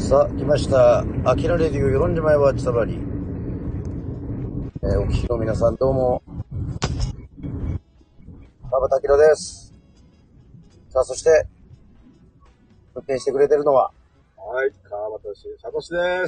さあ、来ました。アキラレディオ4時前は千葉り。お聞きの皆さんどうも、川端明です。さあ、そして、運転してくれてるのは、 はい、川端さとしです。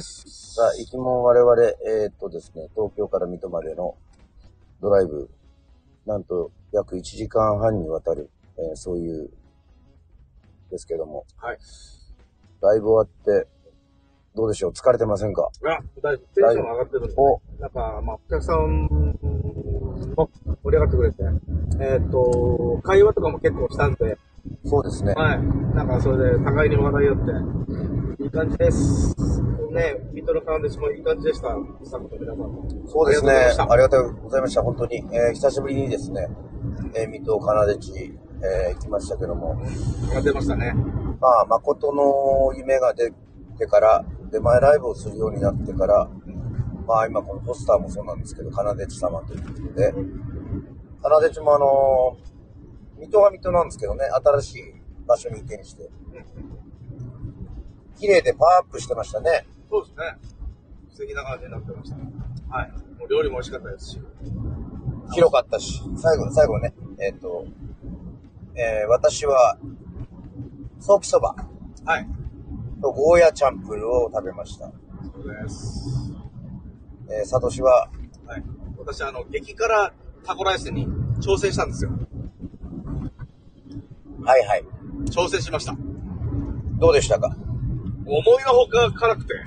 さあ、行きも我々、ですね、東京から水戸までのドライブ、なんと約1時間半にわたる、そういうですけども、 はい。 だいぶ終わって、どうでしょう、疲れてませんか？ だいぶテンション上がってるんで、なんか、お客さんも盛り上がってくれて、会話とかも結構したんで、 そうですね。 はい。なんか、それで、互いに話題合って、いい感じです。ね、水戸の感じもいい感じでした。スタッフの皆さんも。 そうですね。ありがとうございました。本当に、久しぶりにですね、水戸金出地、行きましたけども。 出ましたね。 まあ、誠の夢が出てから、出前ライブをするようになってから、まあ今このポスターもそうなんですけど、金出地様ということで、金出地も水戸は水戸なんですけどね、新しい場所に移転して、綺麗でパワーアップしてましたね。 そうですね。素敵な感じになってました。はい。もう料理も美味しかったですし。 広かったし、最後ね、私は、ソーキそば。 はい。 とゴーヤチャンプルを食べました。 そうです。 サトシは、 はい。私、激辛タコライスに挑戦したんですよ。 はいはい。 挑戦しました。 どうでしたか？ 思いのほか辛くて。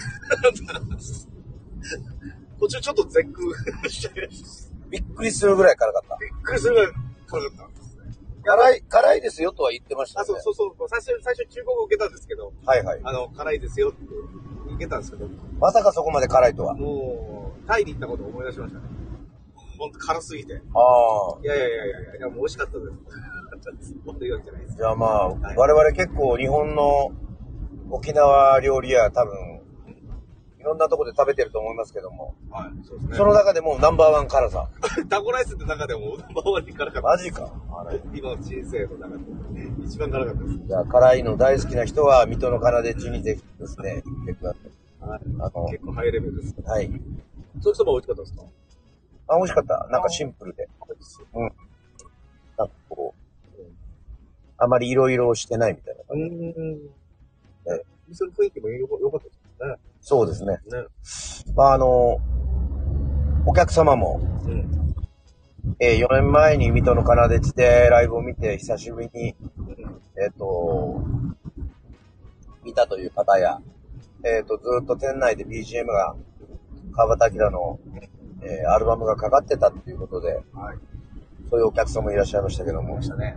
途中ちょっと絶句して。 びっくりするぐらい辛かった。 びっくりするぐらい辛かったんですね。 辛いですよとは言ってましたね。 そう。最初中国語受けたんですけど。 はいはい。 辛いですよって受けたんですけど。 まさかそこまで辛いとは。 もう、タイに行ったことを思い出しましたね。ほんと辛すぎて。 ああ。 いや、もう美味しかったです。もっと言うわけじゃないです。 じゃあまあ、はい、我々結構日本の沖縄料理屋多分、いろんなとこで食べてると思いますけども。 はい、そうですね。 その中でもナンバーワン辛さ。 タコライスって中でもナンバーワンに辛かった。 マジか。 今の人生の中で一番辛かったです。 じゃあ辛いの大好きな人は水戸の金出地にぜひですね、行ってください。 はい。結構ハイレベルです。 はい。 ソーキそば美味しかったですか？ 美味しかった。なんかシンプルで。うん。なんかこう、あまり色々してないみたいな。 その雰囲気も良かったですね。 そうですね。まあお客様も、4年前に水戸の金出地でライブを見て久しぶりに、見たという方や、ずっと店内で BGM が川端明の、アルバムがかかってたっていうことで、はい、そういうお客様もいらっしゃいましたけども、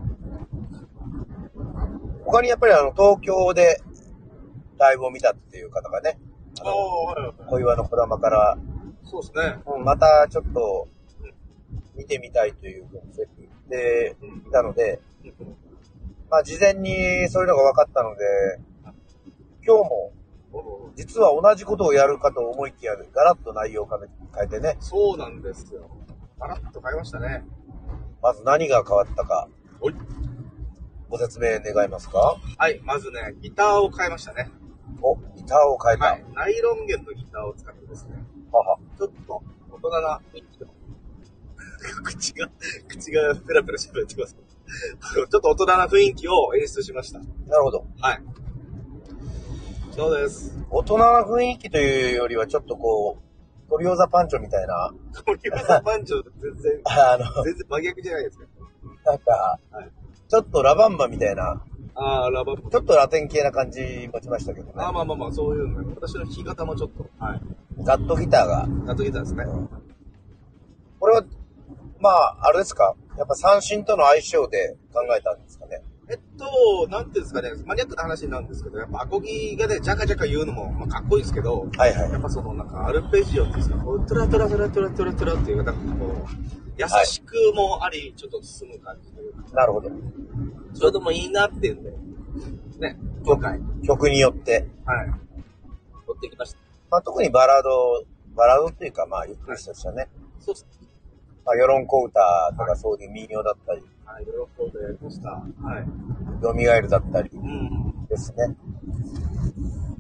他にやっぱり東京でライブを見たっていう方がね、小岩の小玉から、 そうですね。 またちょっと見てみたいというふうに言っていたので、まあ事前にそういうのが分かったので、今日も実は同じことをやるかと思いきやガラッと内容を変えてね。 そうなんですよ。ガラッと変えましたね。 まず何が変わったか、ご説明願いますか？ はい、まずね、ギターを変えましたね。 ギターを変えた。はい、 ナイロン弦のギターを使ってですね。ちょっと大人な雰囲気の口がペラペラ喋ってます。ちょっと大人な雰囲気を演出しました。 なるほど。 はい。そうです。 大人な雰囲気というよりはちょっとこう、トリオザパンチョみたいな。 トリオザパンチョ全然真逆じゃないですか。 なんか、ちょっとラバンバみたいな。 ラバンバ。 ちょっとラテン系な感じ持ちましたけどね。 まあ、そういうの。私の弾き方もちょっと。はい。 ガットギターが。 ガットギターですね。 これは、まあ、あれですか？やっぱ三振との相性で考えたんですかね？ なんていうんですかね、マニアックな話なんですけど、やっぱアコギがね、ジャカジャカ言うのも、かっこいいですけど、やっぱそのなんかアルペジオっていうんですか、こうトゥラトゥラトゥラトゥラトゥラトゥラっていう、なんかこう、優しくもあり、ちょっと進む感じというか。 なるほど。 それでもいいなっていうんで、ね、今回。 曲によって。 はい。持ってきました。 まあ特にバラードっていうか、まあ、ゆっくりしたね。 そうです。 まあ、世論小歌とかそういう民謡だったり。 はい、世論小歌やりました。はい。 蘇るだったり。ですね。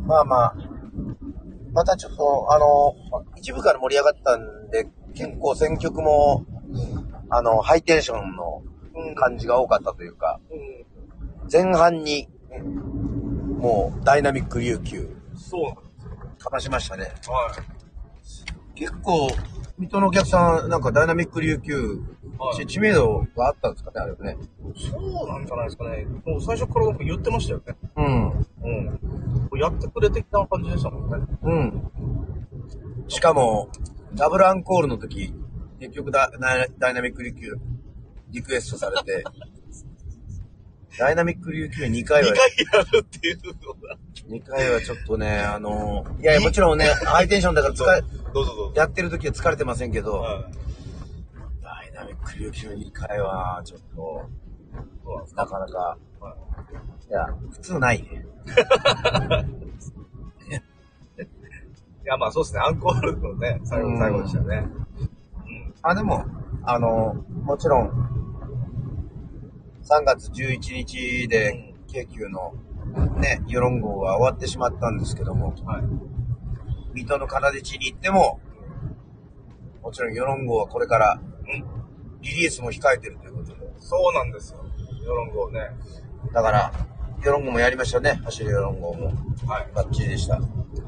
まあまあ、またちょっと、一部から盛り上がったんで、結構選曲も、ハイテンションの感じが多かったというか、前半に、もう、ダイナミック琉球。 そうなんですよ。 かましましたね。 はい。 結構、水戸のお客さん、なんかダイナミック琉球、はい、知名度があったんですかね、あれはね。 そうなんじゃないですかね。もう最初からなんか言ってましたよね。 うん。 うん。やってくれてきた感じでしたもんね。 うん。しかも、ダブルアンコールの時、結局ダイナミック琉球リクエストされて、ダイナミック琉球2回は。 2回やるっていうのが。 2回はちょっとね、いやいや、もちろんね、ハイテンションだからどうぞやってる時は疲れてませんけど、はい、ダイナミック琉球2回は、ちょっと、なかなか、はい、いや、普通ないね。 いや、まあそうですね、アンコールのね、最後でしたね。 うん。でも、もちろん、3月11日で、京急のね、世論号は終わってしまったんですけども、はい、水戸の金地に行っても、もちろん世論号はこれから、リリースも控えてるということで。 そうなんですよ、世論号ね。だから、世論号もやりましたね、走る世論号も。はい。バッチリでした。はい。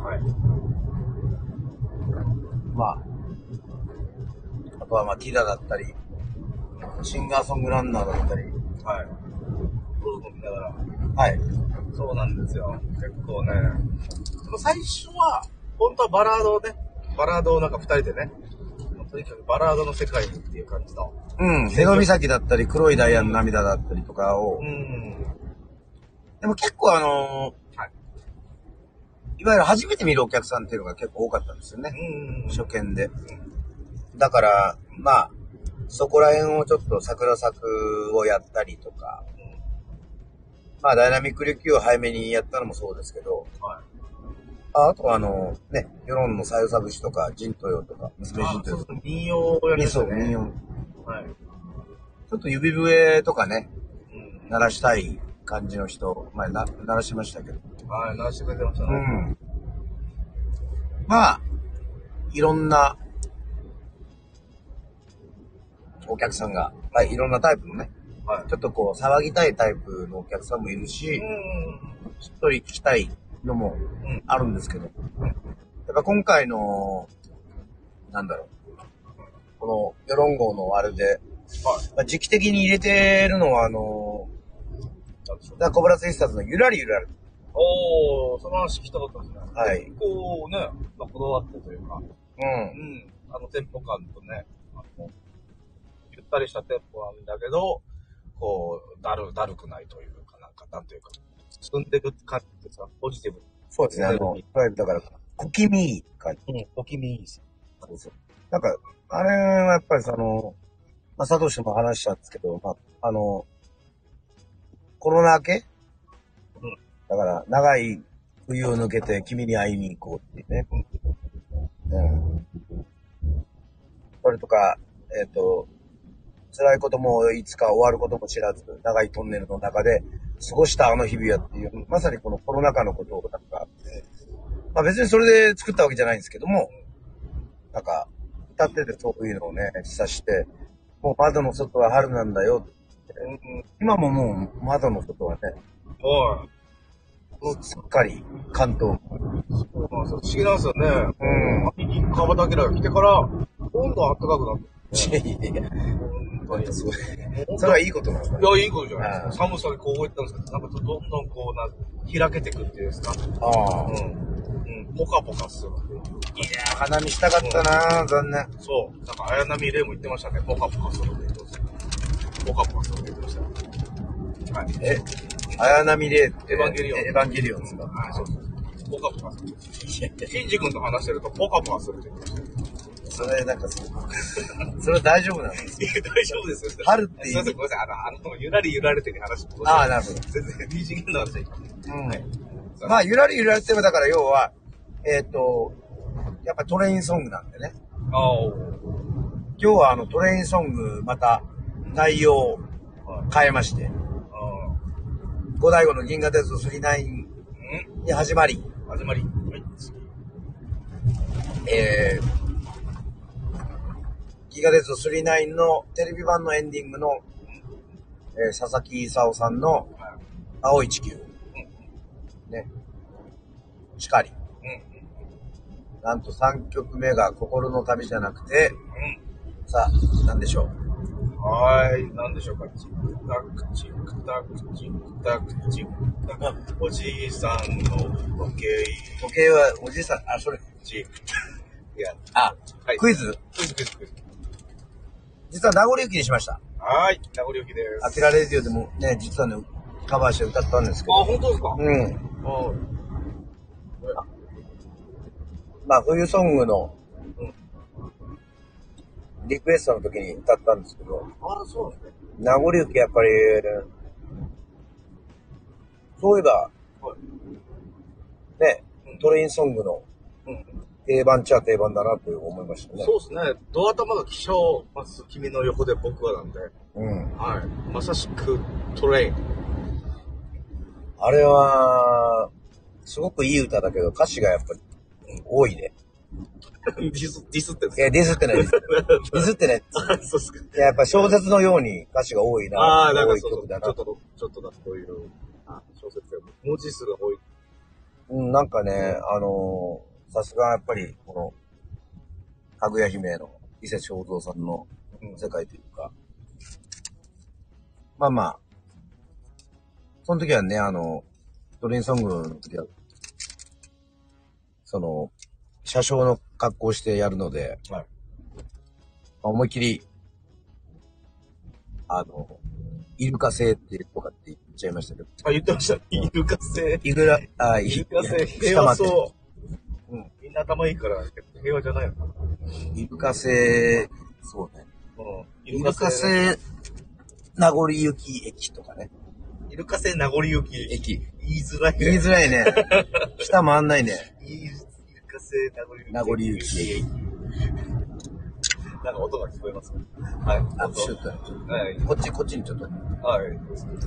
まあ、あとはまあ、ティダだったり、シンガーソングランナーだったり。 はい。どうぞ見ながら。 はい。 そうなんですよ。結構ね。最初は、本当はバラードをなんか二人でね、とにかくバラードの世界っていう感じの。 うん。瀬戸岬だったり、黒いダイヤの涙だったりとかを。でも結構はい。いわゆる初めて見るお客さんっていうのが結構多かったんですよね。初見で。だから、まあ、そこら辺をちょっと桜作をやったりとか、まあダイナミック琉球を早めにやったのもそうですけど、はい、あとはね、世論のさよさ節とか、陣豊とか、娘陣豊とか。 民謡をやりましたね。 民謡。はい。ちょっと指笛とかね、鳴らしたい感じの人、前鳴らしましたけど。 はい、鳴らしてくれてましたね。うん。 まあ、いろんな、お客さんが、はい、いろんなタイプのね、はい、ちょっとこう騒ぎたいタイプのお客さんもいるし、しっとり聞きたいのもあるんですけど、やっぱ今回の、なんだろう、この世論号のあれで、はい、まあ、時期的に入れてるのはコブラツイスターズのゆらりゆらり。 おー、その話聞いたことですね。 はい。 結構ね、こだわってというか、テンポ感とね、ゆったりしたテンポなんだけど、こう、だるくないというか、なんていうか、進んでいく感じですか、ポジティブ。 そうですね、だから、小気味いい感じ。 小気味いいです。 そうそう。なんか、あれはやっぱりまあ、佐藤氏も話したんですけど、まあ、コロナ明け、だから、長い冬を抜けて君に会いに行こうっていうね。それとか、辛いこともいつか終わることも知らず、長いトンネルの中で過ごしたあの日々はっていう、まさにこのコロナ禍のことをなんか、まあ別にそれで作ったわけじゃないんですけども、なんか、歌っててそういうのをね、示唆して、もう窓の外は春なんだよって、今ももう窓の外はね、すっかり関東。 そうなんですよ。不思議なんですよね。川端明が来てから、温度は暖かくなって。 それはいいことなんですか？ いや、いいことじゃないですか。寒さでこういったんですけど、なんかどんどんこう開けていくっていうんですか。ポカポカする。 いやー、花見したかったなー、残念。 そう。なんか、綾波レイも言ってましたね。ポカポカするって言ってました。ポカポカするって言ってました。はい。 綾波レイって。 エヴァンゲリオン。 エヴァンゲリオンですか？ はい、そうそう。ポカポカする。シンジ君と話してると、ポカポカするって言ってました。 それ、なんかそれ大丈夫なんですか？大丈夫ですよ。 春っていい。すいません、ごめんなさい。ゆらりゆられてる話。 ああ、なるほど。 全然、二次元の話。はい。 まあ、ゆらりゆられても、だから要は、やっぱトレインソングなんでね。今日はトレインソング、また、内容を変えまして、五醍醐の銀河鉄道39に始まり、 始まり。はい。 ギガデズ39のテレビ版のエンディングの、佐々木勲さんの青い地球。ね。しかり。なんと3曲目が心の旅じゃなくて、さあ、なんでしょう。 はい、なんでしょうか。チクタクチクタクチクタクチクタク。おじいさんの時計。 時計はおじいさん、それ。 いや。 はい、クイズ。実は名残雪にしました。 はい、名残雪です。 アキラレディオでもね、実はね、カバーして歌ったんですけど。 本当ですか？ まあ、冬ソングの、リクエストの時に歌ったんですけど。 そうですね。 名残雪やっぱり、そういえば、ね、トレインソングの定番っちゃ定番だなと思いましたね。 そうですね。ドア頭が起床ます、君の横で僕はなんで。はい。まさしくトレイン。 あれは、すごくいい歌だけど、歌詞がやっぱり多いね。 ディスってんですか？ いや、ディスってない。ディスってない。 そうっすか。 いや、やっぱ小説のように歌詞が多いな。 なんか多い曲だな。 ちょっとだという小説で文字数が多い。 なんかね、さすがやっぱり、この、かぐや姫の伊勢正三さんの世界というか、まあ、その時はね、トレインソングの時は、車掌の格好してやるので、はい、思いっきり、イルカ製ってとかって言っちゃいましたけど。 言ってました。イルカ製。 イルカ製、 平和そう。みんな頭いいから、平和じゃないのかな。 イルカ製、そうね。イルカ製、名残雪駅とかね。 イルカ製名残雪駅。言いづらいね。 言いづらいね。下回んないね。 イルカ製名残雪駅。 なんか音が聞こえますね。はい。 アップシュート。はい。こっちにちょっと。はい。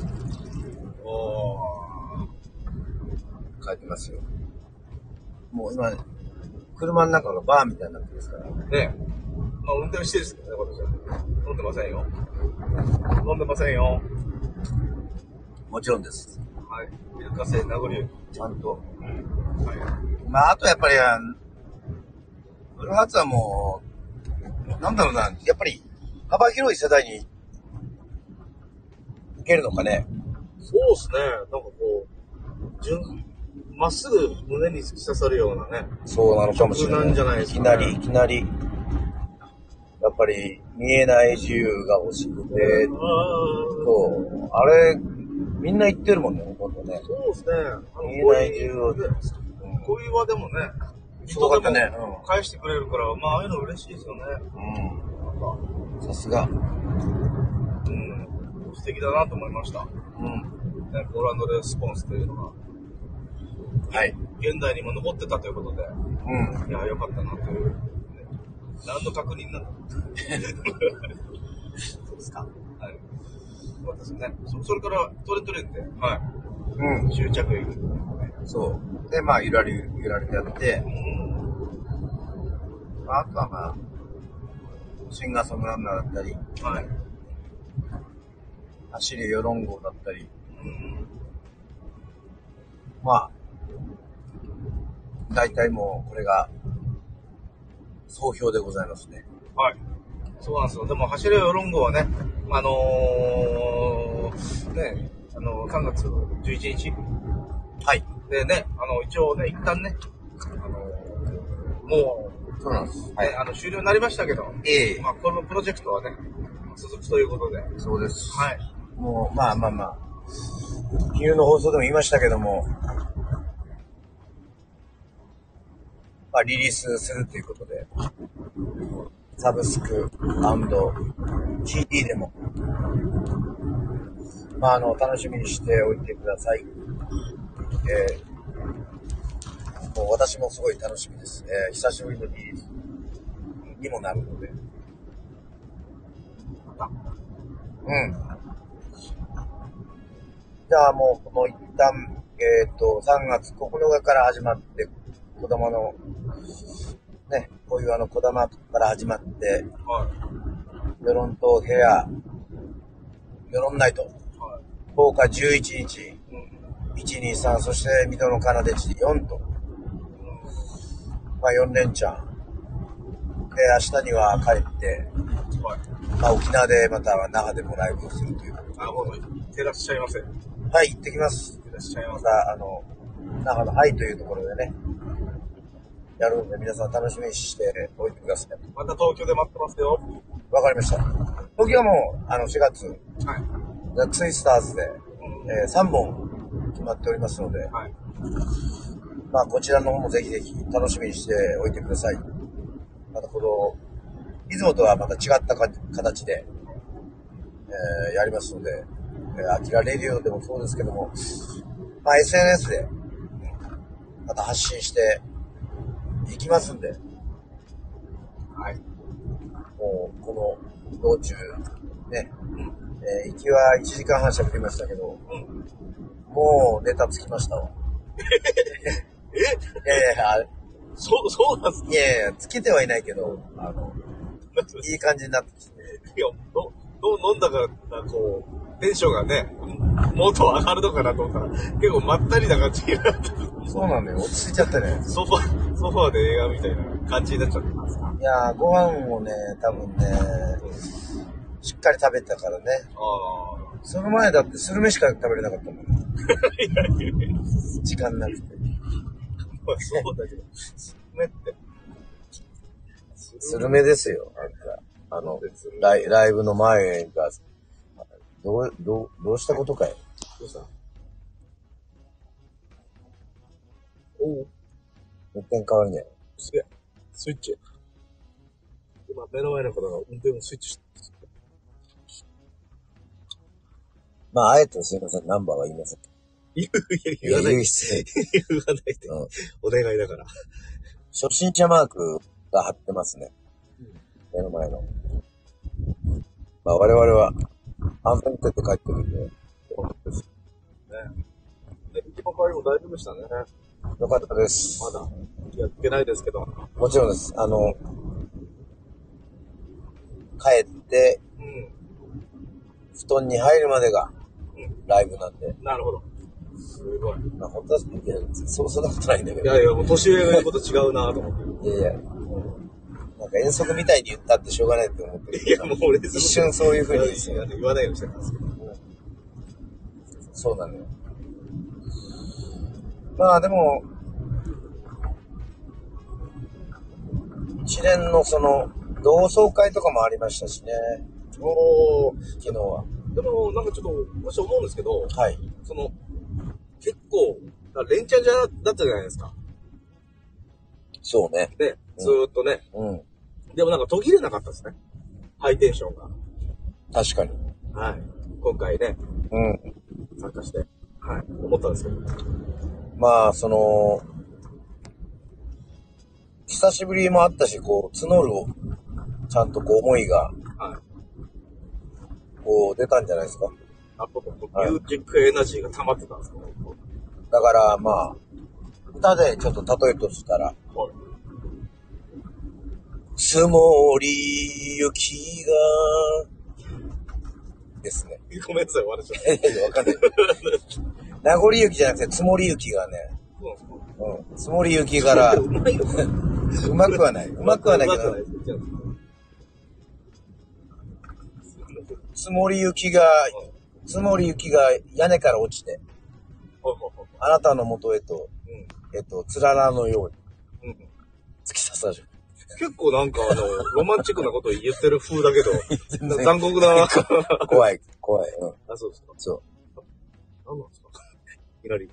書いてますよ。もう今、車の中がバーみたいになってますから。 ね。運転してるんですけどね、私は。飲んでませんよ。飲んでませんよ。 もちろんです。 はい。イルカ製名残雪。 ちゃんと。はい。あとやっぱり、ブルーハーツはもう、なんだろうな、やっぱり幅広い世代に受けるのかね。 そうですね。なんかこう、まっすぐ胸に突き刺さるようなね。そうなのかもしれない。なんじゃないですか、ね。 いきなり、やっぱり見えない自由が欲しくて、あれ、みんな言ってるもんね、今度ね。 そうですね。 見えない自由を。 こういう場でもね、 すごかったね。 返してくれるから、ああいうの嬉しいですよね。 さすが。 素敵だなと思いました。ね、コール&レスポンスというのが、はい。現代にも残ってたということで、いや、よかったなという。何の確認なんだそうですか。はい。そうですね。それから、トレンで、はい。終着いく。 そう。で、ゆらりやって、あとはシンガーソングランナーだったり、はい。走りよろんごだったり、大体もうこれが総評でございますね。 はい。そうなんですよ。でも走りよろんごはね、3月11日。はい。でね、一応ね、一旦ね、もう、 そうなんです。 はい。終了になりましたけど、このプロジェクトはね、続くということで。 そうです。 はい。 もう、昨日の放送でも言いましたけども、リリースするということで、サブスク& CD でも、楽しみにしておいてください。もう私もすごい楽しみです。久しぶりのリリースにもなるので。じゃあもうこの一旦 3月9日から始まって、小玉の、ね、こういう小玉から始まって、はい、世論とヘア、世論ナイト、はい、10日11日、1、2、3、そして水戸の奏で地4と、まあ4連チャン。で、明日には帰って、はい、まあ沖縄でまたは那覇でもライブをするという。 もう、行ってらっしゃいませ。 はい、行ってきます。 いらっしゃいませ。 また、那覇のハイというところでね、やるので、皆さん楽しみにしておいてください。 また東京で待ってますよ。 わかりました。東京はもう、4月、はい、ザ・ツイスターズで、3本決まっておりますので、はい、まあ、こちらの方もぜひぜひ楽しみにしておいてください。またこの、いつもとはまた違った形で、やりますので、アキラレディオでもそうですけども、まあ SNS で、また発信していきますんで、はい。もう、この道中、ね、行きは1時間半喋りましたけど、もうネタつきましたわ。いや、 そうなんすか？ いや、つけてはいないけど、いい感じになってきて。 いや、飲んだから、こう、テンションがね、もっと上がるのかなと思ったら、結構まったりな感じになって。 そうなんだよ、落ち着いちゃってね。 ソファーで映画みたいな感じになっちゃってますか？ いやー、ご飯をね、多分ね、しっかり食べたからね。その前だってスルメしか食べれなかったもん。時間なくて。 まあ、そうだけど、スルメって。 スルメですよ、ライブの前が、どうしたことかい？ どうした？ 運転変わるね。 すげえ。スイッチ。今、目の前の方が運転をスイッチしてるんです。 まあ、あえてすいません、ナンバーは言いません。 言わない。 言う必要言わないで、お願いだから。 初心者マークが貼ってますね。目の前の。まあ、我々は安全運転で帰ってるんで。 そうですね。駅の帰りも大丈夫でしたね。 よかったです。 まだやってないですけど。 もちろんです。帰って、布団に入るまでがライブなんで。 なるほど。すごい。 まあ、本当は、そんなことないんだけど。 いや、もう年上が言うこと違うなと思って。 いや。なんか遠足みたいに言ったってしょうがないって思ってる。 いや、もう俺一瞬そういう風に言わないようにしてたんですけど。 そうなのよ。まあでも、一連の同窓会とかもありましたしね。昨日は。 でも、なんかちょっと、私思うんですけど、 はい。 結構、連チャンだったじゃないですか。 そうね。 で、ずーっとね。でもなんか途切れなかったですね。ハイテンションが。 確かに。 はい。今回ね。参加して。はい。思ったんですけど。 まあ、久しぶりもあったし、募るちゃんと思いが、はい。出たんじゃないですか。 ミュージックエナジーが溜まってたんですかね。 だから、まあ、歌でちょっと例えとしたら、はい。積もり雪が、ですね。 ごめんなさい、笑っちゃった。 いや、わかんない。名残雪じゃなくて、積もり雪がね。積もり雪から、うまくはない。うまくはないけど、積もり雪が屋根から落ちて、あなたの元へと、つららのように、突き刺さる。 結構なんかロマンチックなことを言ってる風だけど、残酷だな。 怖い。 あ、そうですか。 そう。 何なんですか？いきなり。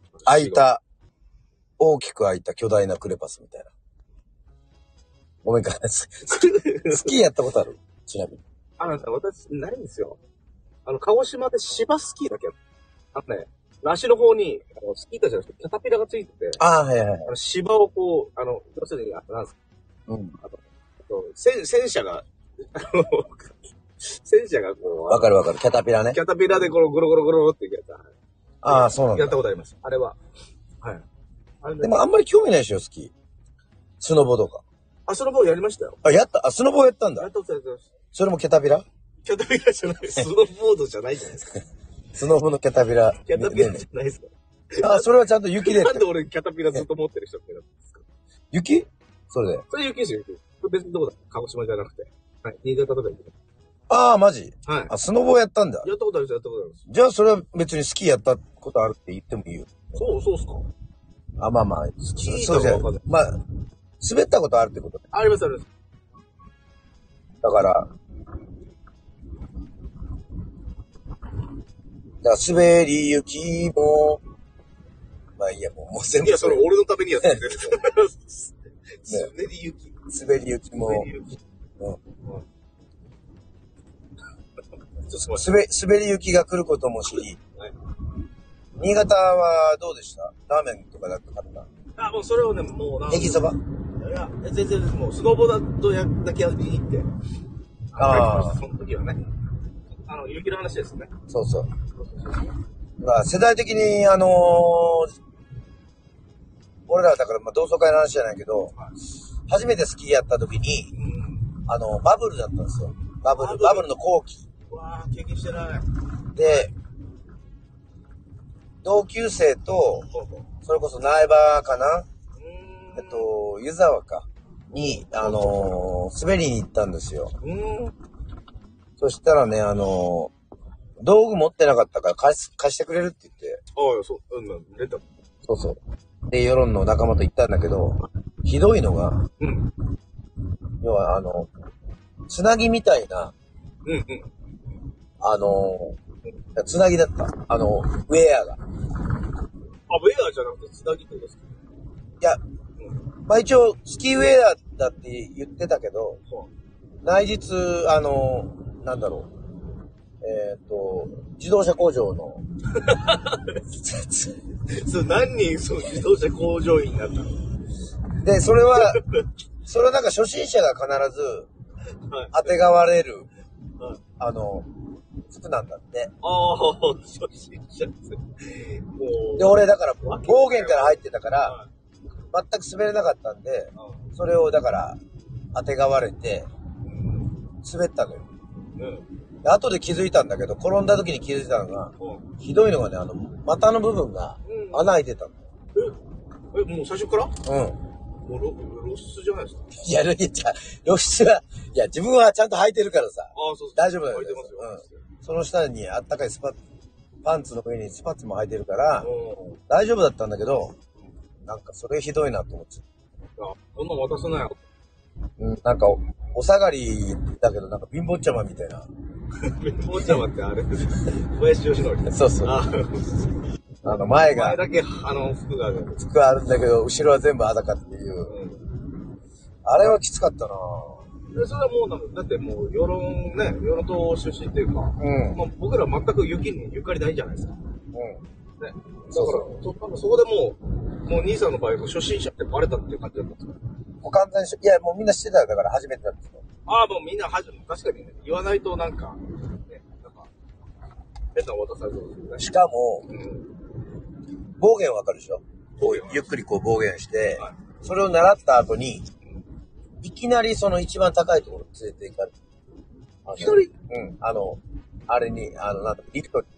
大きく開いた巨大なクレパスみたいな。ごめんか。スキーやったことある？ちなみに。 私、ないんですよ。鹿児島で芝スキーだけ。足の方に、スキー板じゃなくて、キャタピラがついてて。 はいはい。 芝を要するに、なんですか。戦車がこう。 わかる。キャタピラね。 キャタピラでゴロゴロっていくやつ。 ああ、そうなんだ。 やったことあります。あれは。はい。 でもあんまり興味ないでしょ、スキー。スノボとか。 あ、スノボやりましたよ。 あ、やった。あ、スノボやったんだ。 やったことあります。 それもキャタピラ？ キャタピラじゃない。スノーボードじゃないじゃないですか。 スノボのキャタピラ。 キャタピラじゃないですか。 あ、それはちゃんと雪で。 なんで俺キャタピラずっと持ってる人ってなんですか？ 雪？それで。 それ雪ですよ、雪。別にどこだ？鹿児島じゃなくて。はい。新潟とか行く。 ああ、マジ？ はい。 あ、スノボやったんだ。 やったことあるんです、やったことあるんです。 じゃあそれは別にスキーやったことあるって言ってもいいよ。 そうっすか。 あ、まあまあ。 スキーそうじゃん。まあ、滑ったことあるってこと。 あります、あります。 だから、滑り行きも、まあいいや、もう全部。 いや、それ俺のためにやってるんですよ。滑り行き。 滑り行きも。滑り行きが来ることも知り、はい、新潟はどうでした？ラーメンとかだった？ あ、もうそれをね、もうネギそば？ いや、全然もうスノボだとだけやりに行って。ああ。その時はね。雪の話ですね。 そうそう。まあ世代的に俺らだからまあ同窓会の話じゃないけど、はい、初めてスキーやった時に、バブルだったんですよ。バブルの後期。 わぁ、経験してない。 で、同級生と、それこそ苗場かな？湯沢か。に、滑りに行ったんですよ。そしたらね、道具持ってなかったから貸してくれるって言って。 ああ、そう、レンタル。 そうそう。で、世論の仲間と行ったんだけど、ひどいのが、要はつなぎみたいな、つなぎだった。ウェアが。あ、ウェアじゃなくてつなぎってことですか？ いや、まあ一応、スキーウェアだって言ってたけど、内実、なんだろう。自動車工場の。 そう、何人自動車工場員になったの？ で、それはなんか初心者が必ず、当てがわれる、服なんだって。 ああ、初心者で、俺だから、暴言から入ってたから、全く滑れなかったんで、それをだから、当てがわれて、滑ったのよ。で後で気づいたんだけど、転んだ時に気づいたのが、ひどいのがね、股の部分が穴開いてたの。 もう最初から？もう露出じゃないですか？ いや、露出は、いや、自分はちゃんと履いてるからさ。 そう大丈夫だよ。 履いてますよ。 その下にあったかいパンツの上にスパッツも履いてるから、大丈夫だったんだけど、なんかそれひどいなと思っちゃう。そんな渡すなよ。 なんか、お下がりだけど、なんか貧乏ちゃまみたいな。 貧乏ちゃまってあれです小林義則。 そうそう。前だけ、服がある。 服あるんだけど、後ろは全部裸っていう。あれはきつかったなぁ。それはもう、だってもう、与論島出身っていうか、まあ、僕ら全く雪にゆかりないじゃないですか。ね。だから、そこでもう兄さんの場合、初心者ってバレたっていう感じだったんですか？ 完全にいや、もうみんな知ってたから初めてだったんですよ。 もうみんな確かにね、言わないとなんか、変な渡されるんですよね。 しかも、暴言わかるでしょ？ゆっくりこう暴言して、それを習った後に、いきなりその一番高いところに連れて行かれる。 いきなり？ あれに、リフトに。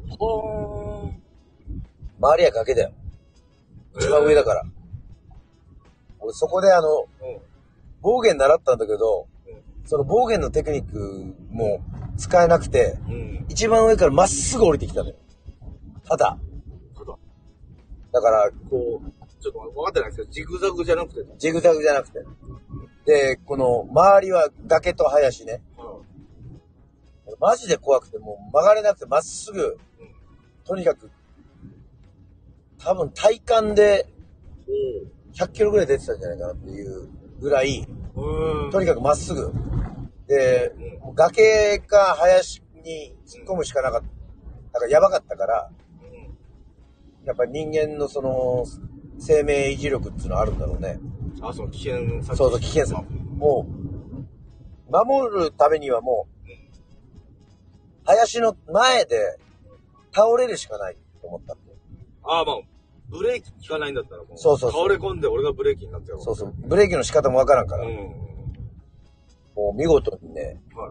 周りは崖だよ。一番上だから。俺そこで暴言習ったんだけど、その暴言のテクニックも使えなくて、一番上からまっすぐ降りてきたのよ。ただ。だから、 こう、ちょっと分かってないですけど、ジグザグじゃなくて。 ジグザグじゃなくて。で、この周りは崖と林ね。マジで怖くて、もう曲がれなくてまっすぐ、とにかく、多分体感で100キロぐらい出てたんじゃないかなっていうぐらい、とにかくまっすぐ。で、崖か林に突っ込むしかなかった。だからやばかったから、やっぱり人間のその生命維持力っていうのはあるんだろうね。 その危険さ。 そうそう、危険さ。もう、守るためにはもう、林の前で倒れるしかない。 と思ったんで。 ああ、まあ、ブレーキ効かないんだったらもう、 そうそうそう倒れ込んで俺がブレーキになっちゃう。 そうそう。ブレーキの仕方もわからんから。 うん。 もう見事にね、 はい。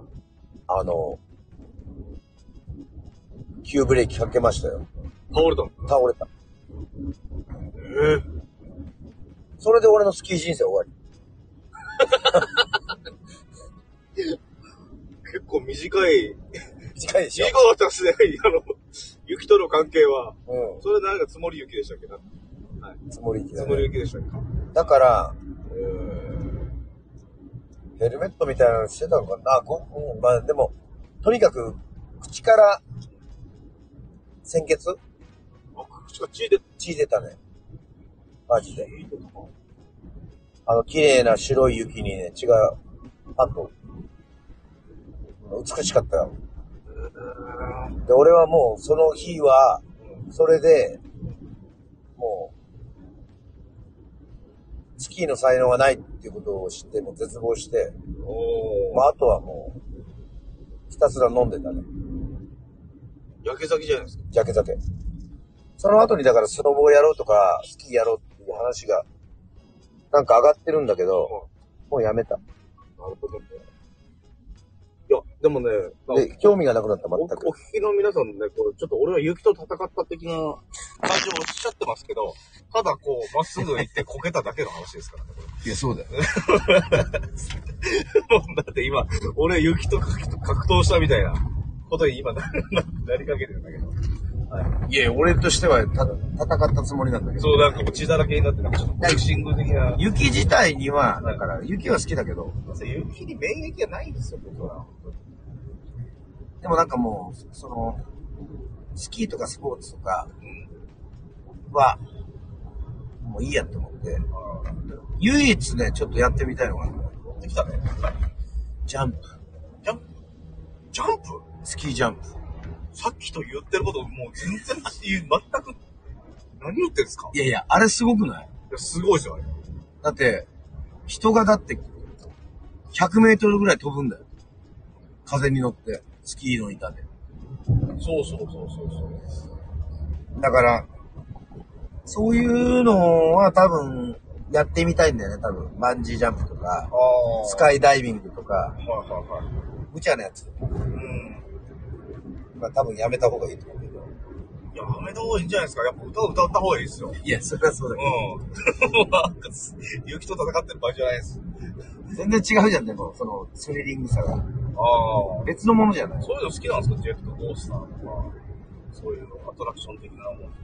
急ブレーキかけましたよ。 倒れたの？ 倒れた。 えそれで俺のスキー人生終わり。 結構短い。 短いでしょ？ 短かったですね。雪との関係は。 うん。 それなんか積もり雪でしたっけ？はい。 積もり雪だね。 積もり雪でしたっけ？ だから、ヘルメットみたいなのしてたのかな。まあでも、とにかく、口から鮮血？ 口が血出たね。マジで。綺麗な白い雪にね、血が、美しかったよ。で、俺はもう、その日は、それで、もう、スキーの才能がないっていうことを知って、もう絶望して、まあ、あとはもう、ひたすら飲んでたね。 焼け酒じゃないですか。 焼け酒。その後にだからスノボーやろうとか、スキーやろうっていう話が、なんか上がってるんだけど、もうやめた。 なるほどね。いや、でもね、 で、興味がなくなった、全く。 お聞きの皆さんね、こう、ちょっと俺は雪と戦った的な感じをおっしゃってますけど、ただこう、まっすぐ行ってこけただけの話ですからね、これ。 いや、そうだよ。 だって今、俺雪と格闘したみたいなことに今なりかけてるんだけど。 はい。いや、俺としては戦ったつもりなんだけど。 そう、なんかもう血だらけになって、なんかちょっとボクシング的な。 雪自体には、だから、雪は好きだけど。 雪に免疫がないんですよ、僕は。 でもなんかもう、スキーとかスポーツとかは、もういいやって思って、唯一ね、ちょっとやってみたいのがある。 できたね。 ジャンプ。 ジャンプスキージャンプ。 さっきと言ってることもう全く、何言ってんですか？ いやいや、あれすごくない？ いや、すごいですよ、あれ。 だって、人がだって、100メートルぐらい飛ぶんだよ。風に乗って、スキーの板で。 そう。 だから、そういうのは多分、やってみたいんだよね、多分。バンジージャンプとか、スカイダイビングとか、無茶なやつ。まあ多分やめた方がいいと思うけど。 いや、やめた方がいいんじゃないですか。やっぱ歌った方がいいですよ。 いや、それはそうだけど。雪と戦ってる場合じゃないです。 全然違うじゃん、でも、その、スリリングさが。別のものじゃない？ そういうの好きなんですか？ジェットコースターとか、そういうアトラクション的なもの。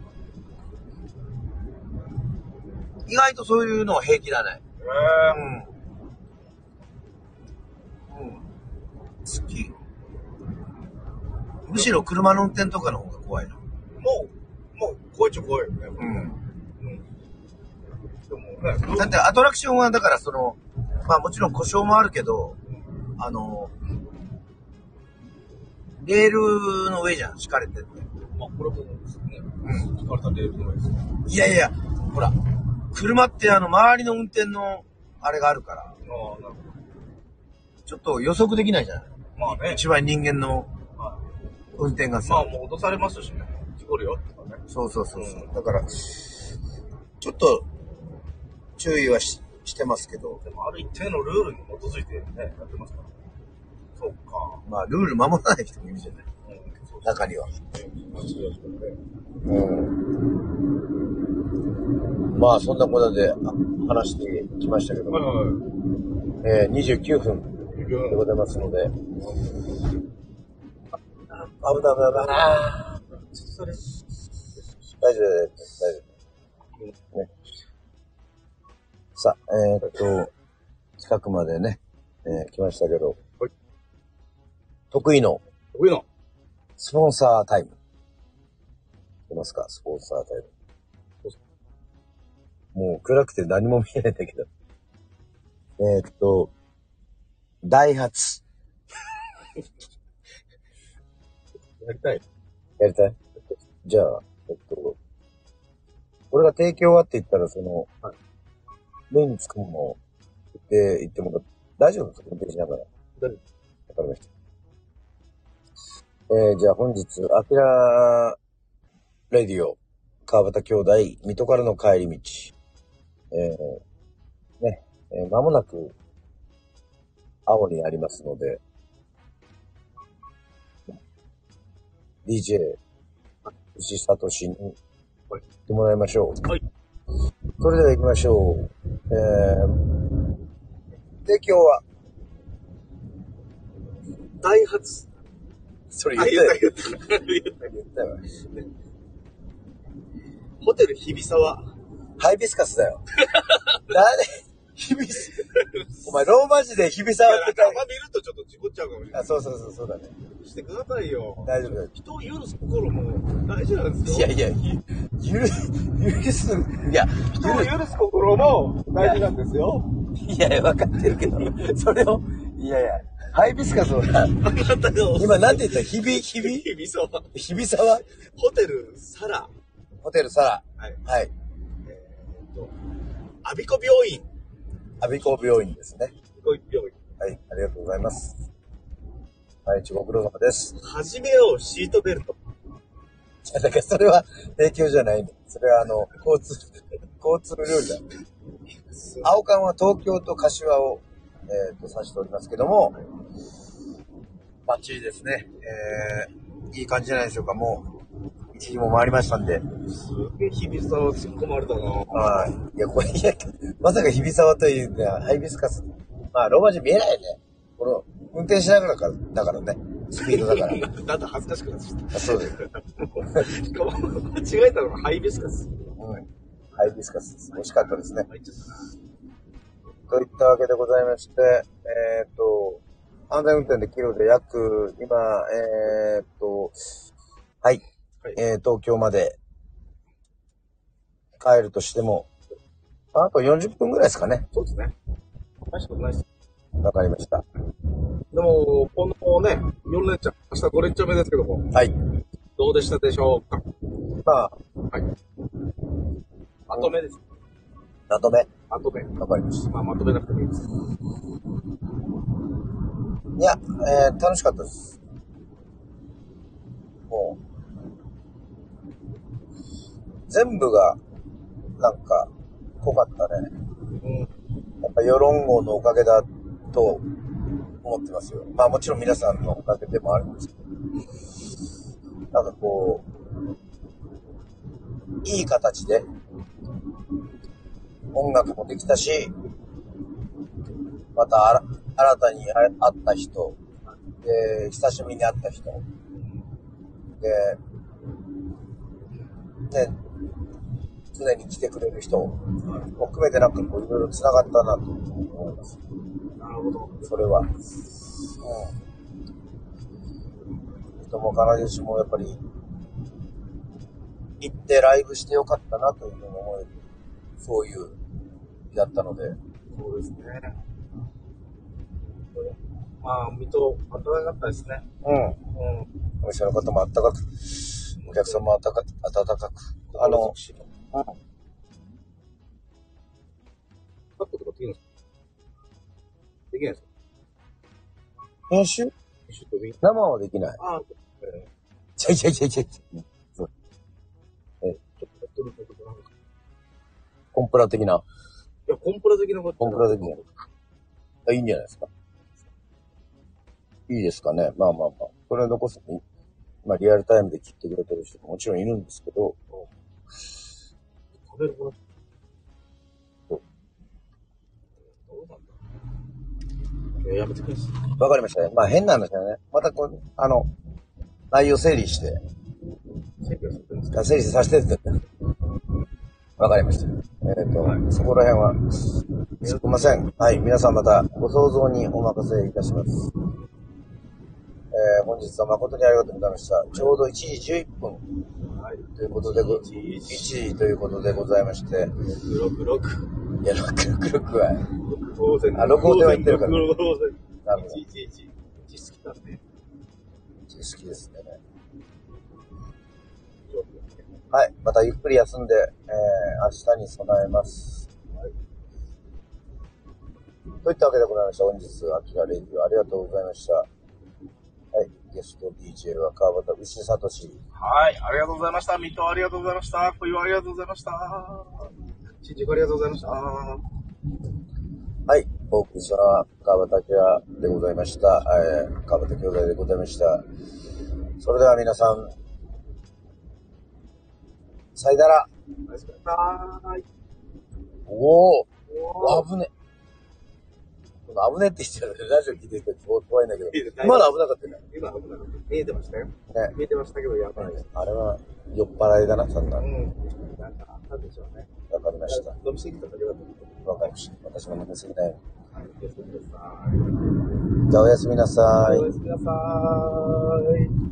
意外とそういうのは平気だね。好き。むしろ車の運転とかの方が怖いな。 もう、怖いっちゃ怖いよね。でもね。 だってアトラクションは、だからまあもちろん故障もあるけど、レールの上じゃん、敷かれてる。 まあ、これもですね。敷かれたレールの上ですね。 いやいや、ほら、車って周りの運転の、あれがあるから。 なるほど。 ちょっと予測できないじゃない。 まあね。 一番人間の運転がさ。 まあもう脅されますしね。事故るよとかね。 そう。だから、ちょっと、注意はしてますけど。 でもある一定のルールに基づいてね、やってますから。そうか。 まあ、ルール守らない人もいるじゃない。中には。まあ、そんなことで話してきましたけども。29分でございますので。危ない。大丈夫。ね。さあ、近くまでね、来ましたけど、得意のスポンサータイム。出ますか、スポンサータイム。もう暗くて何も見えないんだけど。ダイハツ。 やりたいじゃあ、俺が提供はって言ったら、目につくものを言っても大丈夫ですか？運転しながら。 大丈夫。 わかりました。じゃあ本日、アキラレディオ、川端兄弟、水戸からの帰り道。間もなく、青になりますので、DJ、石聡に行ってもらいましょう。 はい。 それでは行きましょう。提供は、 ダイハツ。 それ言ったよ。 言ったよ。ホテル日比沢。 ハイビスカスだよ。誰日比お前ローマ字で日比沢って書いて。 見るとちょっと事故っちゃうかもしれない。 あ、そうだね。 してくださいよ。 大丈夫だよ。 人を許す心も大事なんですよ。 いや、許す、いや、 人を許す心も大事なんですよ。 いや、分かってるけど、それを、いや、ハイビスカスをな、今なんて言った日比沢ホテルサラ。 ホテルサラ。 はい。 はい。 アビコ病院。 アビコ病院ですね。 アビコ病院。 はい、ありがとうございます。はい、ご苦労様です。 始めよう、シートベルト。 いや、だからそれは提供じゃないんだ。それは交通ルールだ。青缶は東京と柏を、指しておりますけども、バッチリですね。いい感じじゃないでしょうか。もう、1時も回りましたんで。 すげえ日比沢突っ込まれたな。 はい。いや、まさか日比沢というね、ハイビスカス。まあ、ローマ字見えないよね。この、運転しながらだからね。スピードだから。 だって恥ずかしくなってきた。 そうです。 しかも、間違えたのがハイビスカス。 うん。ハイビスカスです。美味しかったですね。といったわけでございまして、安全運転でキロで約、今、はい。東京まで帰るとしても、あと40分ぐらいですかね。 そうですね。大したことないです。 わかりました。 でも、このね、4連チャン、明日5連チャン目ですけども。 はい。 どうでしたでしょうか。 まあ、 はい。まとめです。 まとめ。 わかりました。 まあ、まとめなくてもいいです。 いや、楽しかったです。もう、全部が、なんか、濃かったね。やっぱ世論号のおかげだと思ってますよ。まあもちろん皆さんのおかげでもあるんですけど。なんかこう、いい形で音楽もできたし、また新たに会った人、で、久しぶりに会った人、で、ね、常に来てくれる人を含めてなんかこういろいろ繋がったなと思います。 なるほど。 それは。人も彼女もやっぱり行ってライブしてよかったなというふうに思える、そういう日だったので。 そうですね。まあ、水戸、暖かかったですね。 お店の方も暖かく、お客さんも暖かく、 カットとかできるんですか？できないですか？ 編集生はできない。 ああ、 ちょい。そう。 ちょっとやってることなんか。 コンプラ的な。 いや、コンプラ的なこと。 コンプラ的な。いいんじゃないですか。いいですかね。まあ。これは残すに、まあリアルタイムで切ってくれてる人ももちろんいるんですけど。 食べるもの。どうなんだ。やめてください。 わかりましたね。まあ変な話だね。またこう、内容整理して。整理させてって。わかりました。そこら辺は、すみません。はい。皆さんまたご想像にお任せいたします。本日は誠にありがとうございました。ちょうど1時11分。はい。ということで、1時ということでございまして。 666。 いや、666は。 6 号では言ってるから。 なるほど。111。1好きなんで。 1好きですね。はい。またゆっくり休んで、明日に備えます。はい。といったわけでございました。本日、アキラレイディオありがとうございました。はい。 ゲスト DJ は川端牛聡。 はい、ありがとうございました。水戸ありがとうございました。小岩ありがとうございました。新宿ありがとうございました。 はい、お送りしたのは川端明でございました。川端兄弟でございました。それでは皆さん、さよなら。 おやすみなさい。 おー、危ね。危ねって言ってるラジオ聞いてるけど怖いんだけど、まだ危なかったね。 今危なかった。見えてましたよ。 ね、 見えてましたけど、やばい。 あれは酔っ払いだな、そんな。 なんかあったんでしょうね。 わかりました。 飲みすぎただけだと思わかりました。私も飲みすぎない。 はい、気をつけてください。 じゃあおやすみなさい。 おやすみなさい。